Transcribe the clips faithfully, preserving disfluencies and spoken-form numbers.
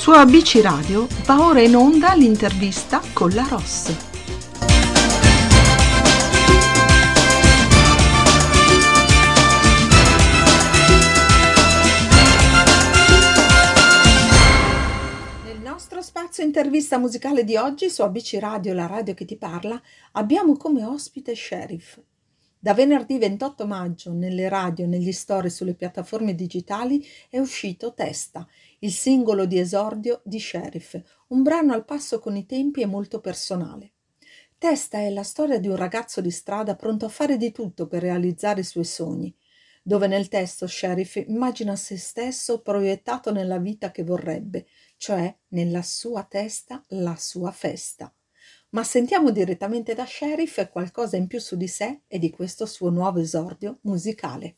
Su A B C Radio va ora in onda l'intervista con la Ross. Nel nostro spazio intervista musicale di oggi su A B C Radio, la radio che ti parla, abbiamo come ospite Sherif. Da venerdì ventotto maggio nelle radio e negli store sulle piattaforme digitali è uscito Testa, il singolo di esordio di Sherif, un brano al passo con i tempi e molto personale. Testa è la storia di un ragazzo di strada pronto a fare di tutto per realizzare i suoi sogni, dove nel testo Sherif immagina se stesso proiettato nella vita che vorrebbe, cioè nella sua testa la sua festa. Ma sentiamo direttamente da Sherif qualcosa in più su di sé e di questo suo nuovo esordio musicale.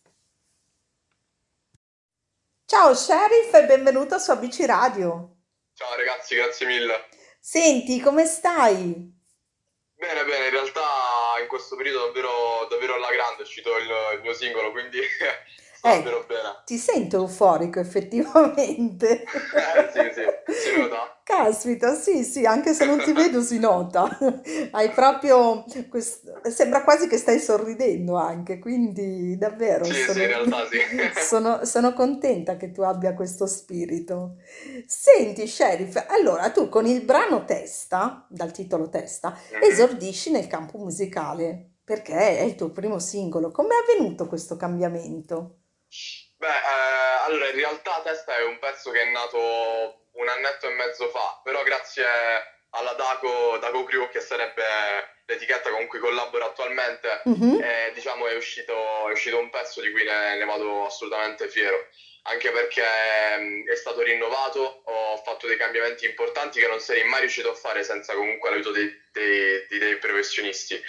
Ciao Sherif e benvenuto su A B C Radio. Ciao ragazzi, grazie mille. Senti, come stai? Bene, bene, in realtà in questo periodo davvero, davvero alla grande è uscito il, il mio singolo, quindi sto Eh, davvero bene. ti sento euforico effettivamente. Eh, sì, sì, si nota? Caspita, sì, sì, anche se non ti vedo si nota. Hai proprio questo... Sembra quasi che stai sorridendo anche, quindi davvero Sì, sì, in sono... realtà sì. sono, sono contenta che tu abbia questo spirito. Senti, Sheriff, allora tu con il brano Testa, dal titolo Testa, Mhm. esordisci nel campo musicale perché è il tuo primo singolo. Com'è avvenuto questo cambiamento? Beh, eh, allora in realtà Testa è un pezzo che è nato un annetto e mezzo fa, però grazie alla Daco, Daco Crew, che sarebbe l'etichetta con cui collaboro attualmente, Mhm. eh, diciamo è uscito, è uscito un pezzo di cui ne, ne vado assolutamente fiero, anche perché mh, è stato rinnovato, ho fatto dei cambiamenti importanti che non sarei mai riuscito a fare senza comunque l'aiuto dei, dei, di- dei professionisti,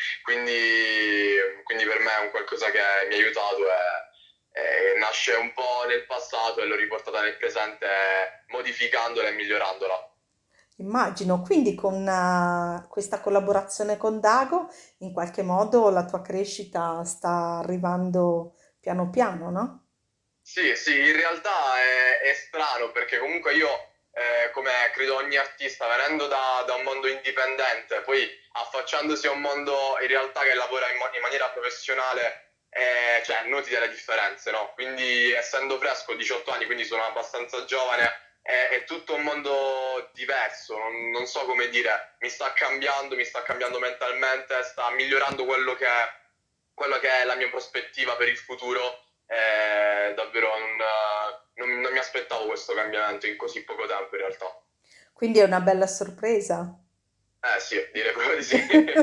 quindi, quindi per me è un qualcosa che mi ha aiutato e eh, nasce un po' nel passato e l'ho riportata nel presente modificandola e migliorandola. Immagino, quindi con eh, questa collaborazione con Dago, in qualche modo la tua crescita sta arrivando piano piano, no? Sì, sì, in realtà è, è strano perché comunque io, eh, come credo ogni artista, venendo da, da un mondo indipendente, poi affacciandosi a un mondo in realtà che lavora in, mo- in maniera professionale, eh, cioè noti delle differenze, no? Quindi essendo fresco, diciotto anni, quindi sono abbastanza giovane, è, è tutto un mondo diverso, non, non so come dire, mi sta cambiando, mi sta cambiando mentalmente, sta migliorando quello che è, quello che è la mia prospettiva per il futuro. Eh, davvero non, non- non mi aspettavo questo cambiamento in così poco tempo in realtà. Quindi è una bella sorpresa. Eh sì, direi proprio di sì.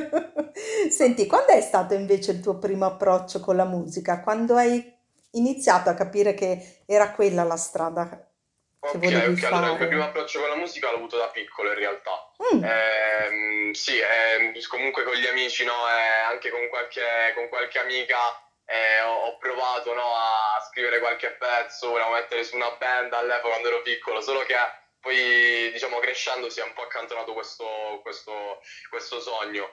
Senti, quando è stato invece il tuo primo approccio con la musica? Quando hai iniziato a capire che era quella la strada che Ok, volevi ok, allora il mio primo fare? approccio con la musica l'ho avuto da piccolo in realtà. Mm, Ehm, sì, ehm, comunque con gli amici, no, e anche con qualche, con qualche amica eh, ho, ho provato, no, a scrivere qualche pezzo, a mettere su una band all'epoca quando ero piccolo, solo che poi, diciamo, crescendo si è un po' accantonato questo, questo, questo sogno.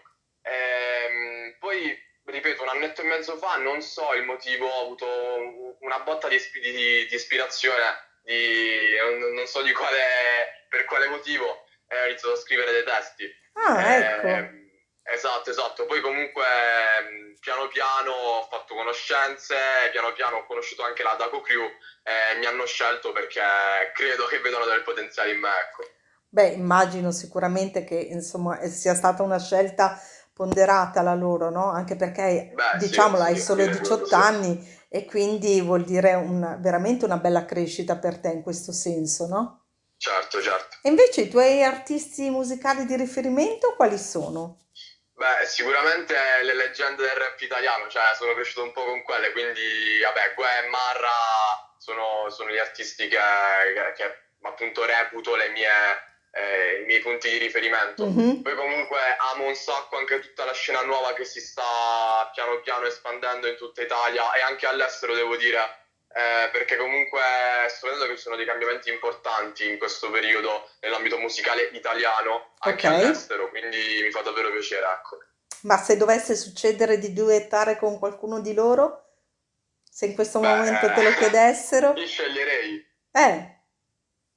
Ehm, poi, ripeto, un annetto e mezzo fa, non so il motivo, ho avuto una botta di, ispi- di- di ispirazione di, non, non so di quale, per quale motivo, eh, ho iniziato a scrivere dei testi. ah, ecco. Eh, esatto, esatto. Poi comunque mh, piano piano ho fatto conoscenze, piano piano ho conosciuto anche la Daco Crew e mi hanno scelto perché credo che vedano del potenziale in me, ecco. Beh, immagino sicuramente che insomma eh, sia stata una scelta ponderata la loro, no? Anche perché, Beh, sì, diciamolo, sì, hai solo direi proprio diciotto sì. anni e quindi vuol dire una- veramente una bella crescita per te in questo senso, no? Certo, certo. E invece i tuoi artisti musicali di riferimento quali sono? Beh, sicuramente le leggende del rap italiano, cioè sono cresciuto un po' con quelle, quindi vabbè, Guè e Marra sono, sono gli artisti che, che- che, appunto reputo le mie, eh, i miei punti di riferimento. Mhm. Poi comunque amo un sacco anche tutta la scena nuova che si sta piano piano espandendo in tutta Italia e anche all'estero, devo dire, eh, perché comunque sto vedendo che ci sono dei cambiamenti importanti in questo periodo nell'ambito musicale italiano, Ok, anche all'estero, quindi mi fa davvero piacere, ecco. ma se dovesse succedere di duettare con qualcuno di loro, se in questo Beh, momento te lo eh, chiedessero, io sceglierei, eh,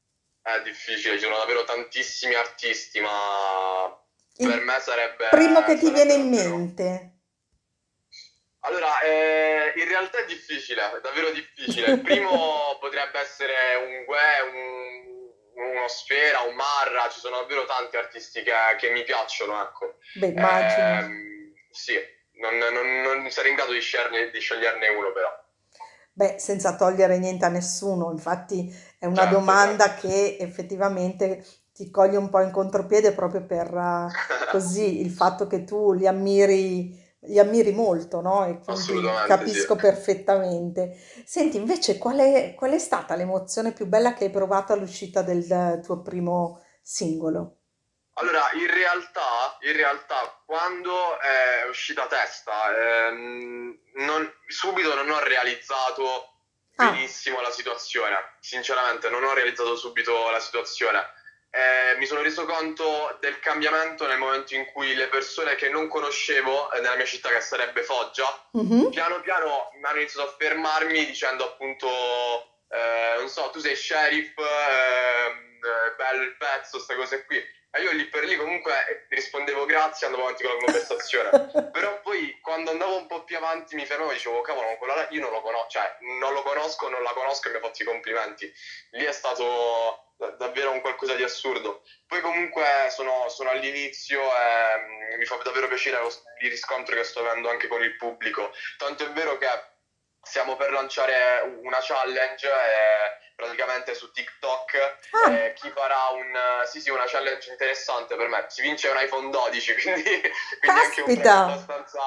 è difficile, ci sono davvero tantissimi artisti, ma per Il me sarebbe, primo che ti viene sarebbe in davvero... mente? Allora, eh, in realtà è difficile, è davvero difficile. Il primo potrebbe essere un Gue, un- uno Sfera, un Marra, ci sono davvero tanti artisti che, che mi piacciono, ecco. Beh, immagino. Ehm, sì, non, non- non sarei in grado di sceglierne, di sceglierne uno però. Beh, senza togliere niente a nessuno, infatti è una Certo, domanda certo. che effettivamente ti coglie un po' in contropiede proprio per eh, così il fatto che tu li ammiri, li ammiri molto, no? E quindi Assolutamente sì. capisco perfettamente. Senti, invece, qual è, qual è stata l'emozione più bella che hai provato all'uscita del tuo primo singolo? Allora, in realtà, in realtà, quando è uscita Testa, ehm, non- subito non ho realizzato Ah, benissimo la situazione. Sinceramente, non ho realizzato subito la situazione. Eh, mi sono reso conto del cambiamento nel momento in cui le persone che non conoscevo, eh, nella mia città, che sarebbe Foggia, mhm. piano piano mi hanno iniziato a fermarmi dicendo appunto, eh, non so, tu sei Sheriff, ehm, eh, bello il pezzo, queste cose qui. E io lì per lì comunque rispondevo grazie, andavo avanti con la conversazione. Però poi quando andavo un po' più avanti mi fermavo e dicevo, cavolo, quello là io non lo conosco, cioè non lo conosco, non la conosco e mi ha fatto i complimenti. Lì è stato da- davvero un qualcosa di assurdo. Poi comunque sono, sono all'inizio e mm, mi fa davvero piacere lo- i riscontri che sto avendo anche con il pubblico. Tanto è vero che stiamo per lanciare una challenge eh, praticamente su TikTok. Ah, Eh, chi farà un, sì, sì, una challenge interessante per me. Si vince un iPhone dodici, quindi, quindi anche un premio caspita! abbastanza,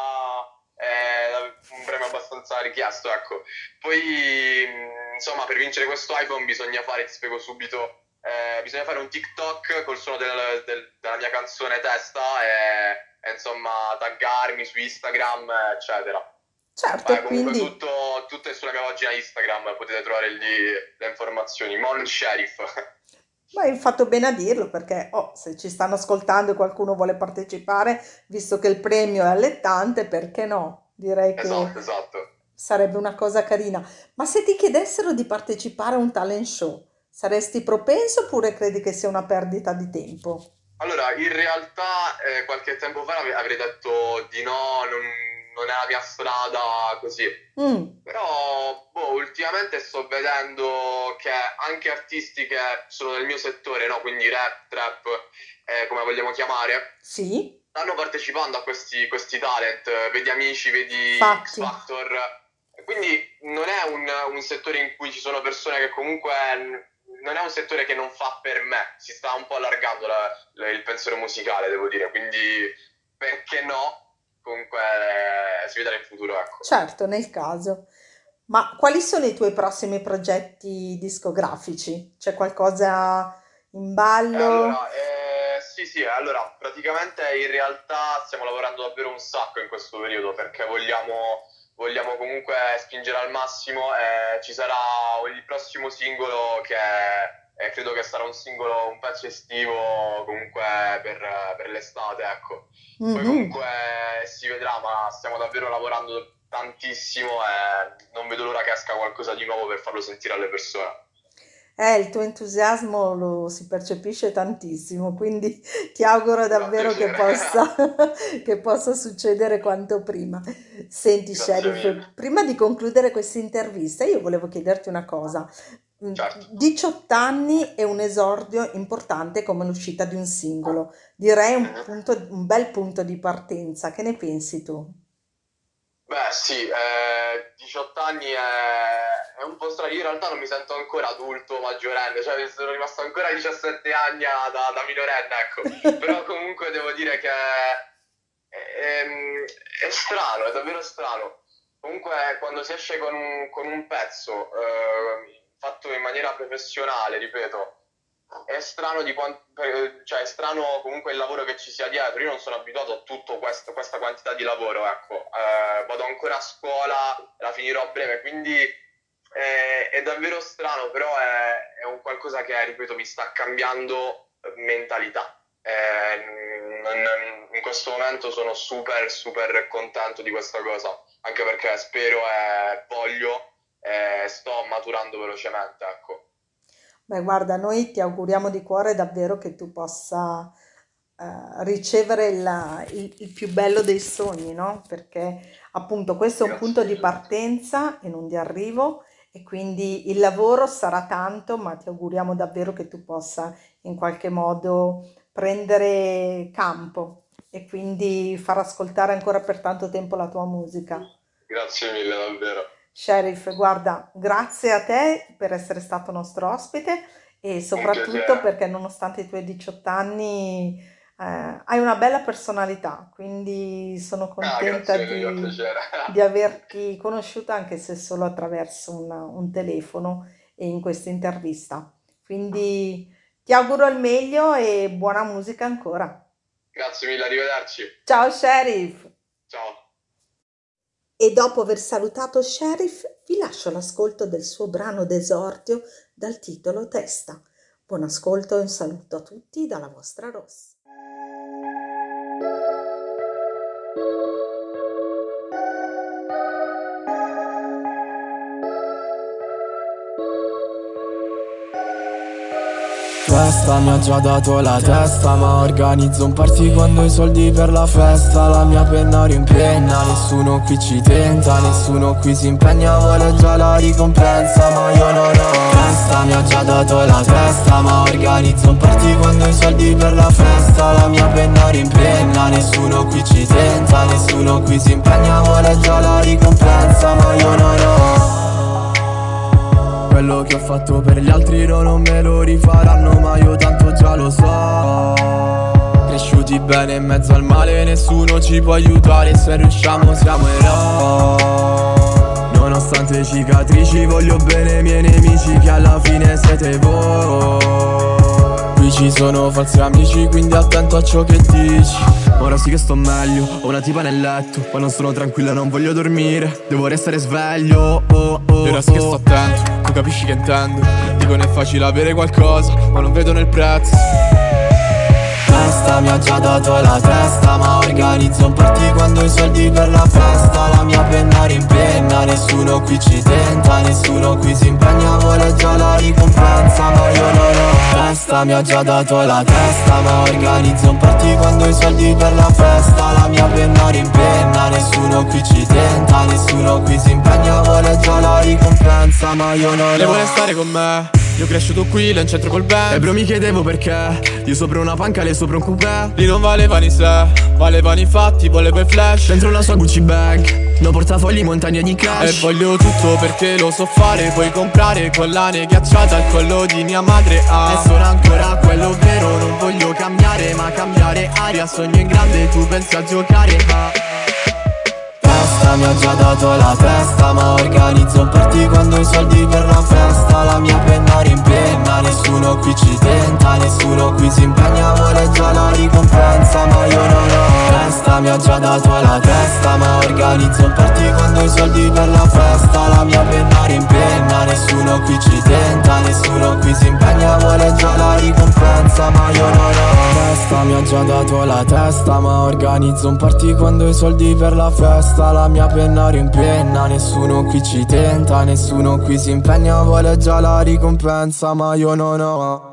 eh, un premio abbastanza richiesto, ecco. Poi, mh, insomma, per vincere questo iPhone bisogna fare, ti spiego subito, eh, bisogna fare un TikTok col suono del- del- della mia canzone Testa e, e, insomma taggarmi su Instagram, eccetera. Certo, Eh, e comunque quindi... tutto, tutto è sulla mia pagina Instagram, potete trovare lì le informazioni. Mon Sheriff. Ma hai fatto bene a dirlo perché oh, se ci stanno ascoltando e qualcuno vuole partecipare, visto che il premio è allettante, perché no? Direi che Esatto, esatto. sarebbe una cosa carina. Ma se ti chiedessero di partecipare a un talent show, saresti propenso oppure credi che sia una perdita di tempo? Allora, in realtà eh, qualche tempo fa ave- avrei detto di no, non, non è la mia strada, così. Mm, Però, boh, ultimamente sto vedendo che anche artisti che sono del mio settore, no? Quindi rap, trap, eh, come vogliamo chiamare, sì, stanno partecipando a questi, questi talent. Vedi Amici, vedi X infatti. Factor. Quindi non è un, un settore in cui ci sono persone che comunque non è un settore che non fa per me, si sta un po' allargando la- la- il pensiero musicale, devo dire, quindi perché no? Comunque eh, si vedrà in futuro, ecco. Certo, nel caso. Ma quali sono i tuoi prossimi progetti discografici? C'è qualcosa in Eh, ballo? allora, eh, sì, sì, allora, praticamente in realtà stiamo lavorando davvero un sacco in questo periodo perché vogliamo, vogliamo comunque spingere al massimo. Eh, ci sarà il prossimo singolo che eh, credo che sarà un singolo, un pezzo estivo comunque per, per l'estate, ecco. Poi Mhm. comunque si vedrà, ma stiamo davvero lavorando tantissimo e non vedo l'ora che esca qualcosa di nuovo per farlo sentire alle persone. Eh, il tuo entusiasmo lo si percepisce tantissimo, quindi ti auguro Mi fa davvero che piacere. possa, che possa succedere quanto prima. Senti, Grazie mille. Sheriff, prima di concludere questa intervista, io volevo chiederti una cosa. Mm, Certo. diciotto anni è un esordio importante come l'uscita di un singolo. Direi un Mhm. punto, un bel punto di partenza. Che ne pensi tu? Beh, sì, eh, diciotto anni è, è un po' strano. Io in realtà non mi sento ancora adulto, maggiorenne, cioè sono rimasto ancora diciassette anni a- da, da minorenne, ecco. Però comunque devo dire che è, è- è strano, è davvero strano. Comunque quando si esce con un, con un pezzo eh, fatto in maniera professionale, ripeto, è strano di quanto, cioè è strano comunque il lavoro che ci sia dietro. Io non sono abituato a tutta questa quantità di lavoro, ecco. Eh, vado ancora a scuola, la finirò a breve, quindi eh, è davvero strano, però è, è un qualcosa che, ripeto, mi sta cambiando mentalità. Eh, non- in questo momento sono super, super contento di questa cosa, anche perché spero e voglio e sto maturando velocemente, ecco. Beh, guarda, noi ti auguriamo di cuore davvero che tu possa eh, ricevere il, il- il più bello dei sogni, no? Perché appunto questo è un Grazie punto di mille. partenza e non di arrivo e quindi il lavoro sarà tanto, ma ti auguriamo davvero che tu possa in qualche modo prendere campo e quindi far ascoltare ancora per tanto tempo la tua musica. Grazie mille, davvero. Sheriff, guarda, grazie a te per essere stato nostro ospite e Un soprattutto piacere. perché nonostante i tuoi diciotto anni eh, hai una bella personalità, quindi sono Ah, contenta grazie mille, mi fa di, piacere. di averti conosciuta anche se solo attraverso una- un telefono e in questa intervista. Quindi ti auguro il meglio e buona musica ancora. Grazie mille, arrivederci. Ciao Sheriff! Ciao. E dopo aver salutato Sheriff, vi lascio l'ascolto del suo brano d'esordio dal titolo Testa. Buon ascolto e un saluto a tutti dalla vostra Ross. Questa mi ha già dato la testa, ma organizzo un party quando ho i soldi per la festa. La mia penna riimpenna, nessuno qui ci tenta, nessuno qui si impegna, vuole già la ricompensa, ma io non ho. Questa mi ha già dato la testa, ma organizzo un party quando ho i soldi per la festa. La mia penna riimpenna, nessuno qui ci tenta, nessuno qui si impegna, vuole già la ricompensa, ma io non ho. Quello che ho fatto per gli altri loro non me lo rifaranno, ma io tanto già lo so. Cresciuti bene in mezzo al male, nessuno ci può aiutare, se riusciamo siamo eroi. Nonostante cicatrici voglio bene ai miei nemici, che alla fine siete voi. Qui ci sono falsi amici, quindi attento a ciò che dici. Ora sì che sto meglio, ho una tipa nel letto, ma non sono tranquilla, non voglio dormire, devo restare sveglio, oh, oh, e ora sì che sto attento, tu capisci che intendo. Dico non è facile avere qualcosa, ma non vedo nel prezzo. Questa mi ha già dato la testa, ma organizzo un party quando ho i soldi per la festa. La mia penna riimpenna, nessuno qui ci tenta, nessuno qui si impegna, vuole già la ricompensa, ma io non ho. Questa mi ha già dato la testa, ma organizzo un party quando ho i soldi per la festa. La mia penna riimpenna, nessuno qui ci tenta, nessuno qui si impegna, vuole già la ricompensa, ma io non ho. Lei vuole stare con me, io cresciuto qui, là in centro col band. E bro mi chiedevo perché io sopra una panca, lei sopra un coupé. Lì non valevano i sé, valevano i fatti, volevo i flash. Dentro la sua Gucci bag, no portafogli, montagne di cash. E voglio tutto perché lo so fare, puoi comprare collane ghiacciate al collo di mia madre. Ah, e sono ancora quello vero, non voglio cambiare, ma cambiare aria. Sogno in grande, tu pensi a giocare, ma questa mi ha già dato la testa, ma organizzo un party quando ho i soldi per la festa. La mia penna riimpenna, nessuno qui ci tenta, nessuno qui si impegna, vuole già la ricompensa, ma io non ho. Questa mi ha già dato la testa, ma organizzo un party quando ho i soldi per la festa. La mia penna riimpenna, nessuno qui ci tenta, nessuno qui si impegna, vuole già la ricompensa, ma io non ho. Questa mi ha già dato la testa, ma organizzo un party quando ho i soldi per la festa. La mia penna riimpenna, nessuno qui ci tenta, nessuno qui si impegna, vuole già la ricompensa, ma io non ho.